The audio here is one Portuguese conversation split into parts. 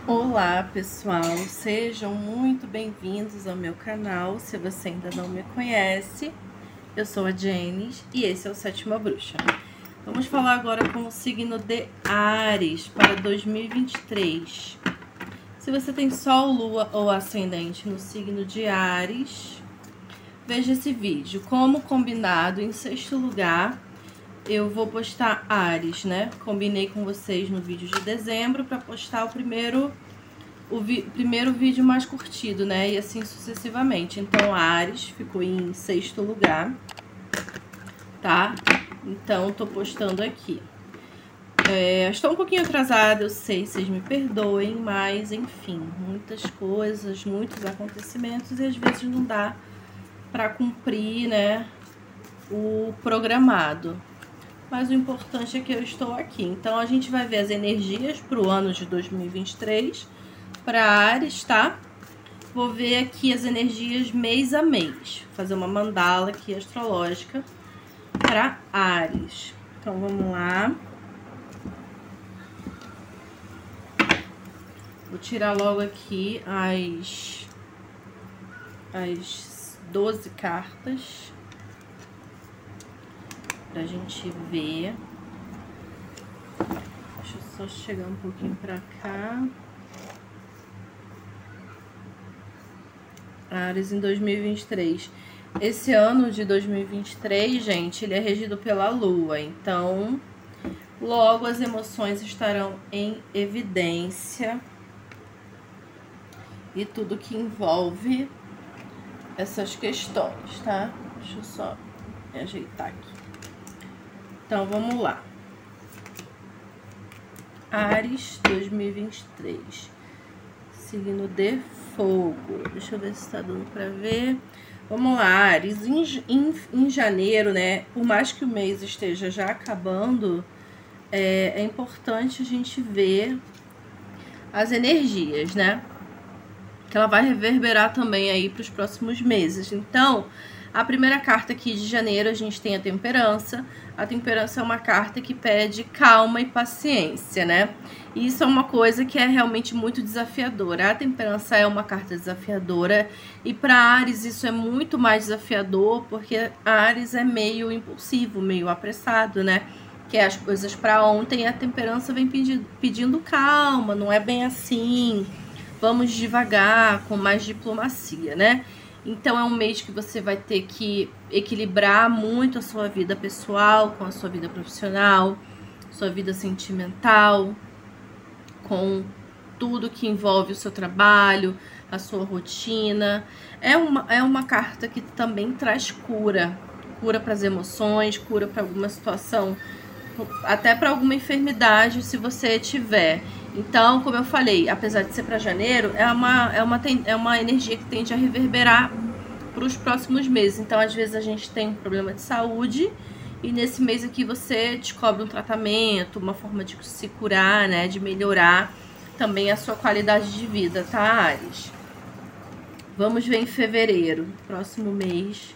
Olá pessoal, sejam muito bem-vindos ao meu canal. Se você ainda não me conhece, eu sou a Jenis e esse é o Sétima Bruxa. Vamos falar agora com o signo de Áries para 2023. Se você tem Sol, Lua ou Ascendente no signo de Áries, veja esse vídeo. Como combinado, em sexto lugar, eu vou postar Áries, né? Combinei com vocês no vídeo de dezembro para postar o primeiro vídeo mais curtido, né? E assim sucessivamente. Então, Áries ficou em sexto lugar, tá? Então, tô postando aqui. Estou um pouquinho atrasada, eu sei, vocês me perdoem, mas enfim, muitas coisas, muitos acontecimentos e às vezes não dá para cumprir, né, o programado. Mas o importante é que eu estou aqui. Então, a gente vai ver as energias para o ano de 2023 para Áries, tá? Vou ver aqui as energias mês a mês. Vou fazer uma mandala aqui astrológica para Áries. Então, vamos lá. Vou tirar logo aqui as 12 cartas pra gente ver. Deixa eu só chegar um pouquinho pra cá. Áries em 2023. Esse ano de 2023, gente, ele é regido pela Lua. Então, logo as emoções estarão em evidência. E tudo que envolve essas questões, tá? Deixa eu só me ajeitar aqui. Então, vamos lá. Áries 2023. Signo de fogo. Deixa eu ver se tá dando pra ver. Vamos lá, Áries. Em janeiro, né? Por mais que o mês esteja já acabando, é importante a gente ver as energias, né? Que ela vai reverberar também aí para os próximos meses. Então, a primeira carta aqui de janeiro, a gente tem a temperança. A temperança é uma carta que pede calma e paciência, né? E isso é uma coisa que é realmente muito desafiadora. A temperança é uma carta desafiadora. E para Áries isso é muito mais desafiador, porque Áries é meio impulsivo, meio apressado, né? Quer as coisas para ontem. A temperança vem pedindo calma, não é bem assim. Vamos devagar, com mais diplomacia, né? Então, é um mês que você vai ter que equilibrar muito a sua vida pessoal com a sua vida profissional, sua vida sentimental, com tudo que envolve o seu trabalho, a sua rotina. É uma carta que também traz cura. Cura para as emoções, cura para alguma situação, até para alguma enfermidade, se você tiver. Então, como eu falei, apesar de ser para janeiro, é uma energia que tende a reverberar para os próximos meses. Então, às vezes a gente tem um problema de saúde e nesse mês aqui você descobre um tratamento, uma forma de se curar, né, de melhorar também a sua qualidade de vida, tá, Áries? Vamos ver em fevereiro, próximo mês.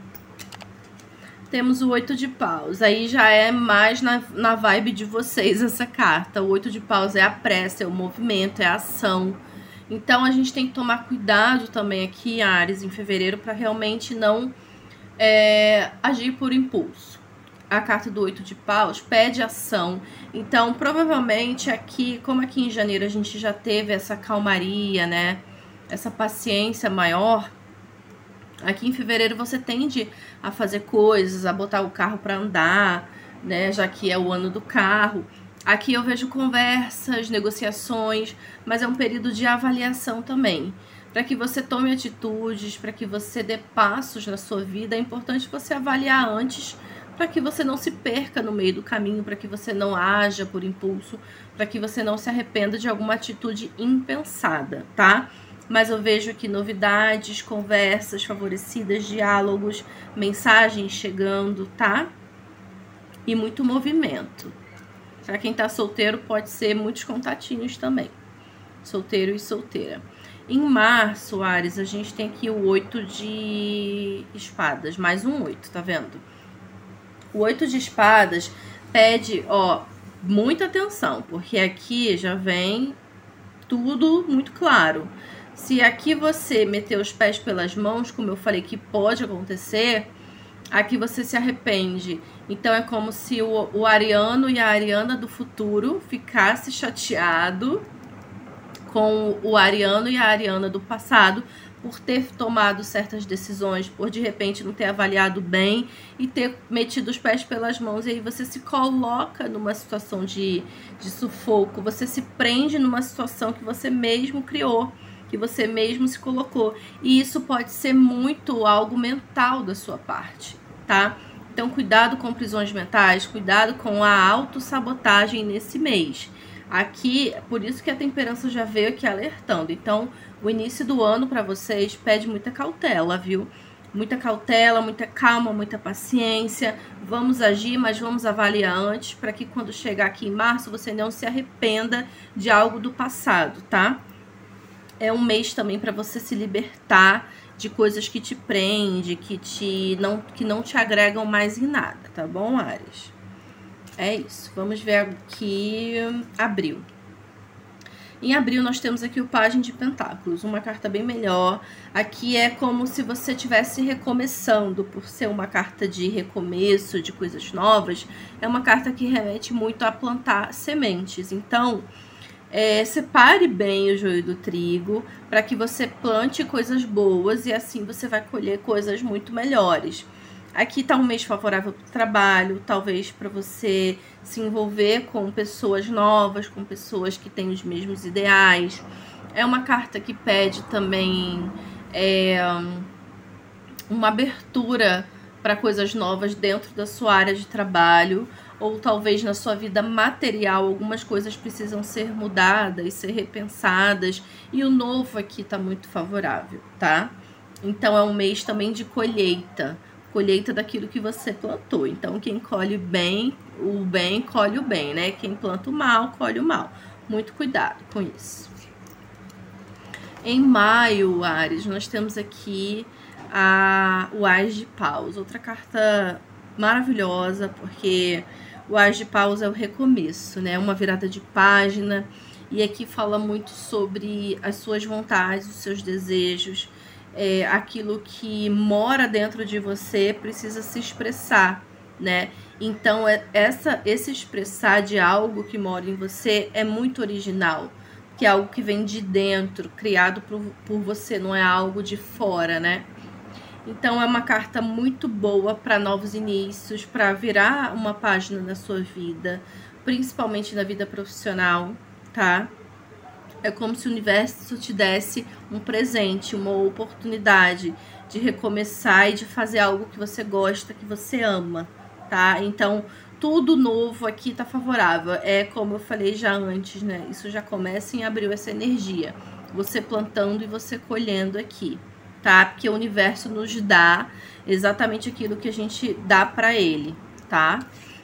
Temos o 8 de paus, aí já é mais na vibe de vocês essa carta. O 8 de paus é a pressa, é o movimento, é a ação. Então, a gente tem que tomar cuidado também aqui, Áries, em fevereiro, para realmente não agir por impulso. A carta do 8 de paus pede ação. Então, provavelmente aqui, como aqui em janeiro a gente já teve essa calmaria, né? Essa paciência maior. Aqui em fevereiro você tende a fazer coisas, a botar o carro para andar, né? Já que é o ano do carro. Aqui eu vejo conversas, negociações, mas é um período de avaliação também. Para que você tome atitudes, para que você dê passos na sua vida, é importante você avaliar antes, para que você não se perca no meio do caminho, para que você não haja por impulso, para que você não se arrependa de alguma atitude impensada, tá? Mas eu vejo aqui novidades, conversas favorecidas, diálogos, mensagens chegando, tá? E muito movimento. Para quem tá solteiro, pode ser muitos contatinhos também. Solteiro e solteira. Em março, Áries, a gente tem aqui o 8 de espadas, mais um 8, tá vendo? O 8 de espadas pede, ó, muita atenção, porque aqui já vem tudo muito claro. Se aqui você meter os pés pelas mãos, como eu falei que pode acontecer, aqui você se arrepende. Então é como se o Ariano e a Ariana do futuro ficasse chateado com o Ariano e a Ariana do passado por ter tomado certas decisões, por de repente não ter avaliado bem e ter metido os pés pelas mãos, e aí você se coloca numa situação de sufoco, você se prende numa situação que você mesmo criou, que você mesmo se colocou, e isso pode ser muito algo mental da sua parte, tá? Então cuidado com prisões mentais, cuidado com a autossabotagem nesse mês. Aqui, por isso que a temperança já veio aqui alertando. Então, o início do ano para vocês pede muita cautela, viu? Muita cautela, muita calma, muita paciência. Vamos agir, mas vamos avaliar antes, para que quando chegar aqui em março, você não se arrependa de algo do passado, tá? É um mês também para você se libertar de coisas que te prendem, que não te agregam mais em nada, tá bom, Áries? É isso. Vamos ver aqui abril. Em abril nós temos aqui o Pajem de Pentáculos, uma carta bem melhor. Aqui é como se você estivesse recomeçando, por ser uma carta de recomeço, de coisas novas. É uma carta que remete muito a plantar sementes. Então, separe bem o joio do trigo para que você plante coisas boas e assim você vai colher coisas muito melhores. Aqui tá um mês favorável para o trabalho, talvez para você se envolver com pessoas novas, com pessoas que têm os mesmos ideais. É uma carta que pede também uma abertura para coisas novas dentro da sua área de trabalho, ou talvez na sua vida material, algumas coisas precisam ser mudadas, ser repensadas, e o novo aqui tá muito favorável, tá? Então é um mês também de colheita daquilo que você plantou. Então, quem colhe o bem, colhe o bem, né? Quem planta o mal, colhe o mal. Muito cuidado com isso. Em maio, Áries, nós temos aqui o As de Paus. Outra carta maravilhosa, porque o As de Paus é o recomeço, né? Uma virada de página. E aqui fala muito sobre as suas vontades, os seus desejos. Aquilo que mora dentro de você precisa se expressar, né? Então, esse expressar de algo que mora em você é muito original, que é algo que vem de dentro, criado por você, não é algo de fora, né? Então, é uma carta muito boa para novos inícios, para virar uma página na sua vida, principalmente na vida profissional, tá? É como se o universo te desse um presente, uma oportunidade de recomeçar e de fazer algo que você gosta, que você ama, tá? Então, tudo novo aqui tá favorável. É como eu falei já antes, né? Isso já começa em abril, essa energia. Você plantando e você colhendo aqui, tá? Porque o universo nos dá exatamente aquilo que a gente dá pra ele, tá?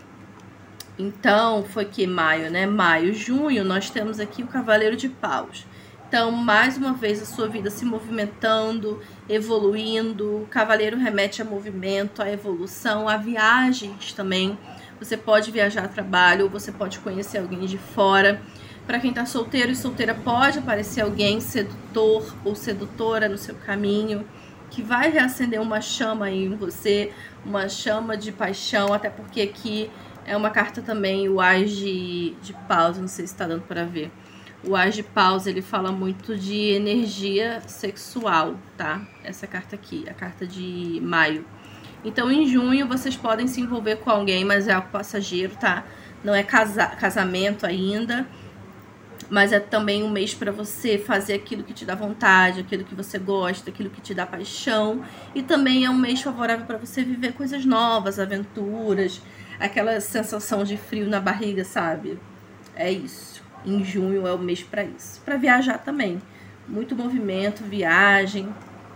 Então, foi que maio, né? Maio, junho, nós temos aqui o Cavaleiro de Paus. Então, mais uma vez, a sua vida se movimentando, evoluindo. O Cavaleiro remete a movimento, a evolução, a viagens também. Você pode viajar a trabalho, ou você pode conhecer alguém de fora. Para quem tá solteiro e solteira, pode aparecer alguém sedutor ou sedutora no seu caminho, que vai reacender uma chama aí em você, uma chama de paixão, até porque aqui é uma carta também, o As de Paus, não sei se tá dando para ver. O As de Paus, ele fala muito de energia sexual, tá? Essa carta aqui, a carta de maio. Então, em junho, vocês podem se envolver com alguém, mas é algo passageiro, tá? Não é casamento ainda, mas é também um mês para você fazer aquilo que te dá vontade, aquilo que você gosta, aquilo que te dá paixão. E também é um mês favorável para você viver coisas novas, aventuras, aquela sensação de frio na barriga, sabe? É isso. Em junho é o mês para isso. Para viajar também. Muito movimento, viagem.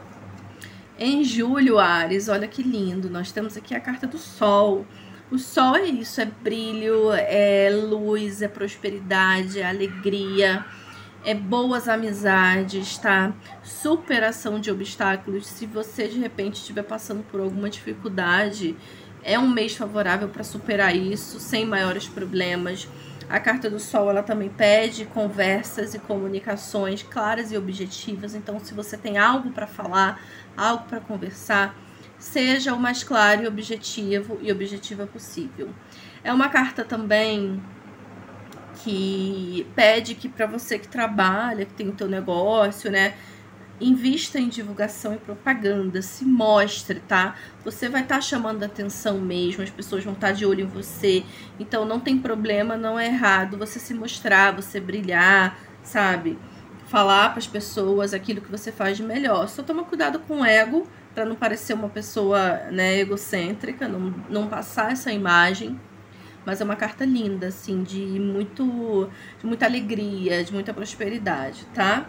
Em julho, Áries, olha que lindo. Nós temos aqui a carta do Sol. O Sol é isso, é brilho, é luz, é prosperidade, é alegria, é boas amizades, tá? Superação de obstáculos. Se você, de repente, estiver passando por alguma dificuldade, é um mês favorável para superar isso, sem maiores problemas. A carta do Sol, ela também pede conversas e comunicações claras e objetivas. Então, se você tem algo para falar, algo para conversar, seja o mais claro e objetiva possível. É uma carta também que pede que para você que trabalha, que tem o teu negócio, né, invista em divulgação e propaganda, se mostre, tá? Você vai estar chamando a atenção mesmo, as pessoas vão estar de olho em você, então não tem problema, não é errado você se mostrar, você brilhar, sabe? Falar para as pessoas aquilo que você faz de melhor. Só toma cuidado com o ego, para não parecer uma pessoa, né, egocêntrica, não passar essa imagem. Mas é uma carta linda, assim, de muita alegria, de muita prosperidade, tá?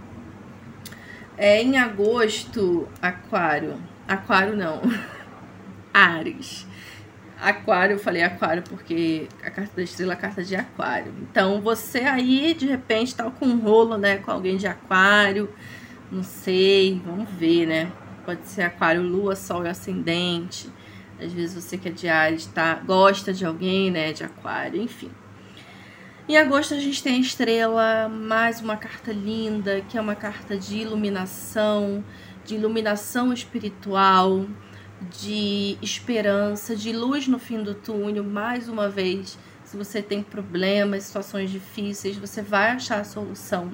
Em agosto, Aquário não, Áries. Aquário, eu falei Aquário porque a carta da estrela é a carta de Aquário. Então, você aí, de repente, tá com um rolo, né, com alguém de Aquário, não sei, vamos ver, né? Pode ser Aquário, Lua, Sol e Ascendente. Às vezes você que é de Áries gosta de alguém, né, de Aquário, enfim. Em agosto a gente tem a estrela, mais uma carta linda, que é uma carta de iluminação espiritual, de esperança, de luz no fim do túnel. Mais uma vez, se você tem problemas, situações difíceis, você vai achar a solução.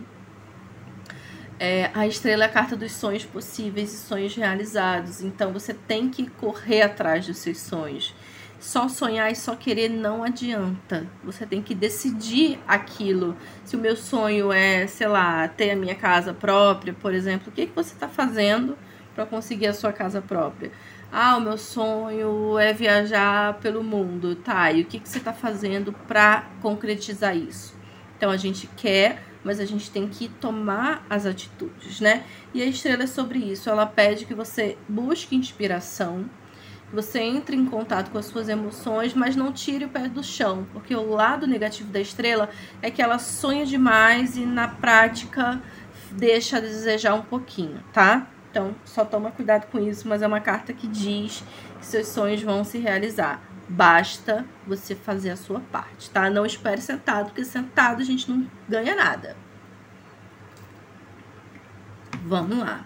A estrela é a carta dos sonhos possíveis e sonhos realizados. Então, você tem que correr atrás dos seus sonhos. Só sonhar e só querer não adianta. Você tem que decidir aquilo. Se o meu sonho é, sei lá, ter a minha casa própria, por exemplo, o que você está fazendo para conseguir a sua casa própria? O meu sonho é viajar pelo mundo, tá? E o que você está fazendo para concretizar isso? Então, a gente quer, mas a gente tem que tomar as atitudes, né? E a estrela é sobre isso. Ela pede que você busque inspiração, que você entre em contato com as suas emoções, mas não tire o pé do chão, porque o lado negativo da estrela é que ela sonha demais e na prática deixa a desejar um pouquinho, tá? Então, só toma cuidado com isso, mas é uma carta que diz que seus sonhos vão se realizar. Basta você fazer a sua parte, tá? Não espere sentado, porque sentado a gente não ganha nada. Vamos lá.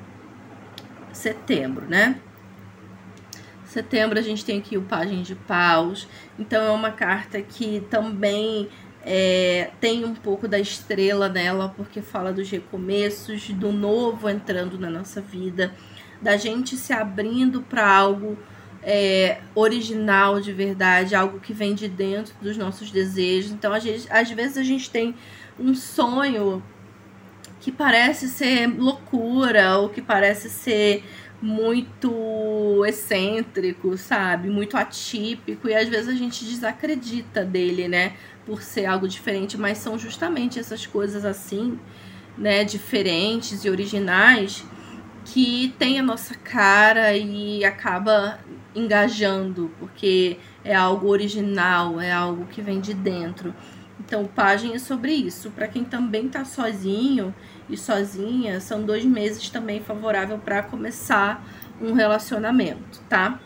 Setembro, né? Setembro a gente tem aqui o Pajem de Paus. Então, é uma carta que também tem um pouco da estrela nela, porque fala dos recomeços, do novo entrando na nossa vida, da gente se abrindo para algo original de verdade, algo que vem de dentro dos nossos desejos. Então, às vezes a gente tem um sonho que parece ser loucura, ou que parece ser muito excêntrico, sabe? Muito atípico, e às vezes a gente desacredita dele, né? Por ser algo diferente, mas são justamente essas coisas assim, né? Diferentes e originais, que tem a nossa cara e acaba engajando, porque é algo original, é algo que vem de dentro. Então, o Pajem é sobre isso. Para quem também tá sozinho e sozinha, são 2 meses também favorável para começar um relacionamento, tá?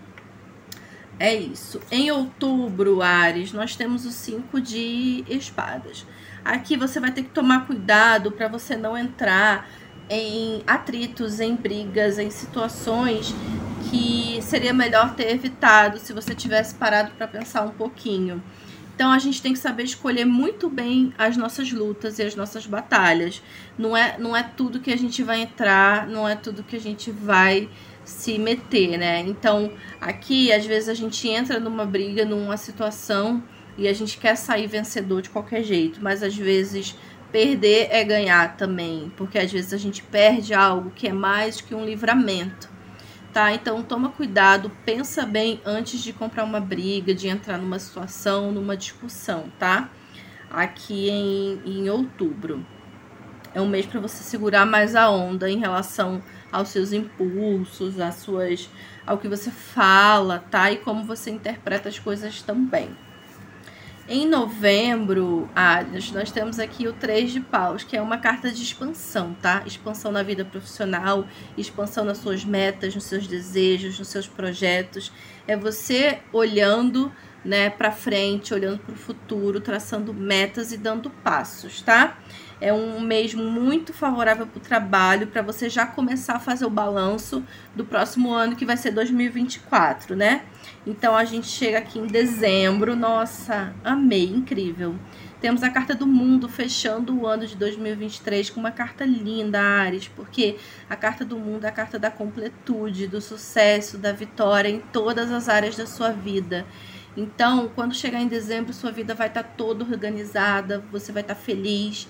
É isso. Em outubro, Áries, nós temos o 5 de espadas. Aqui você vai ter que tomar cuidado para você não entrar em atritos, em brigas, em situações que seria melhor ter evitado se você tivesse parado para pensar um pouquinho. Então, a gente tem que saber escolher muito bem as nossas lutas e as nossas batalhas. Não é tudo que a gente vai entrar, não é tudo que a gente vai se meter, né? Então, aqui, às vezes, a gente entra numa briga, numa situação, e a gente quer sair vencedor de qualquer jeito. Mas, às vezes, perder é ganhar também. Porque, às vezes, a gente perde algo que é mais que um livramento. Tá? Então, toma cuidado, pensa bem antes de comprar uma briga, de entrar numa situação, numa discussão, tá? Aqui em outubro. É um mês para você segurar mais a onda em relação aos seus impulsos, ao que você fala, tá? E como você interpreta as coisas também. Em novembro, nós temos aqui o 3 de Paus, que é uma carta de expansão, tá? Expansão na vida profissional, expansão nas suas metas, nos seus desejos, nos seus projetos. É você olhando né, para frente, olhando para o futuro, traçando metas e dando passos, tá? É um mês muito favorável para o trabalho, para você já começar a fazer o balanço do próximo ano, que vai ser 2024, né? Então, a gente chega aqui em dezembro. Nossa, amei, incrível. Temos a carta do mundo fechando o ano de 2023 com uma carta linda, Áries, porque a carta do mundo é a carta da completude, do sucesso, da vitória em todas as áreas da sua vida. Então, quando chegar em dezembro, sua vida vai estar toda organizada, você vai estar feliz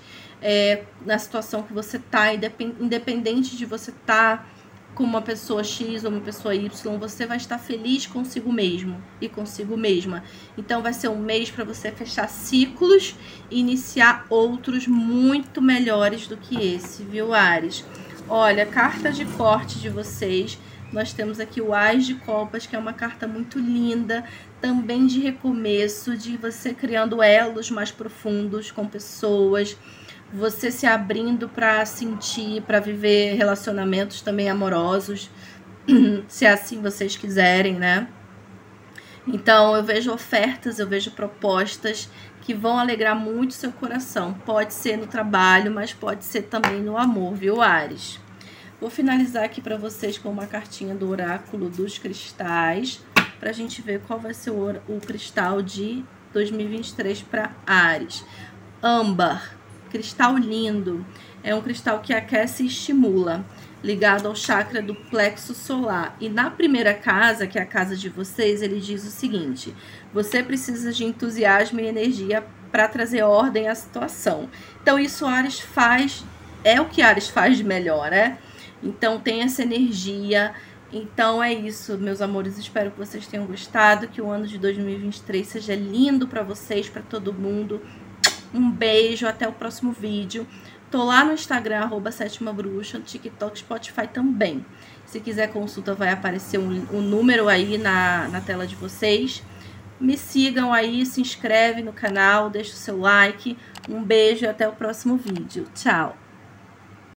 na situação que você está, independente de você estar com uma pessoa X ou uma pessoa Y, você vai estar feliz consigo mesmo e consigo mesma. Então, vai ser um mês para você fechar ciclos e iniciar outros muito melhores do que esse, viu, Áries? Olha, carta de corte de vocês. Nós temos aqui o Ás de Copas, que é uma carta muito linda, também de recomeço, de você criando elos mais profundos com pessoas, você se abrindo para sentir, para viver relacionamentos também amorosos, se assim vocês quiserem, né? Então, eu vejo ofertas, eu vejo propostas que vão alegrar muito seu coração. Pode ser no trabalho, mas pode ser também no amor, viu, Áries? Vou finalizar aqui para vocês com uma cartinha do oráculo dos cristais, para a gente ver qual vai ser o cristal de 2023 para Áries. Âmbar, cristal lindo, é um cristal que aquece e estimula, ligado ao chakra do plexo solar. E na primeira casa, que é a casa de vocês, ele diz o seguinte: você precisa de entusiasmo e energia para trazer ordem à situação. Então isso Áries faz, é o que Áries faz de melhor, né? Então tem essa energia. Então é isso, meus amores, espero que vocês tenham gostado, que o ano de 2023 seja lindo para vocês, para todo mundo. Um beijo, até o próximo vídeo. Tô lá no Instagram, @7mabruxa, no TikTok, Spotify também. Se quiser consulta, vai aparecer um número aí na tela de vocês. Me sigam aí, se inscreve no canal, deixa o seu like. Um beijo e até o próximo vídeo. Tchau!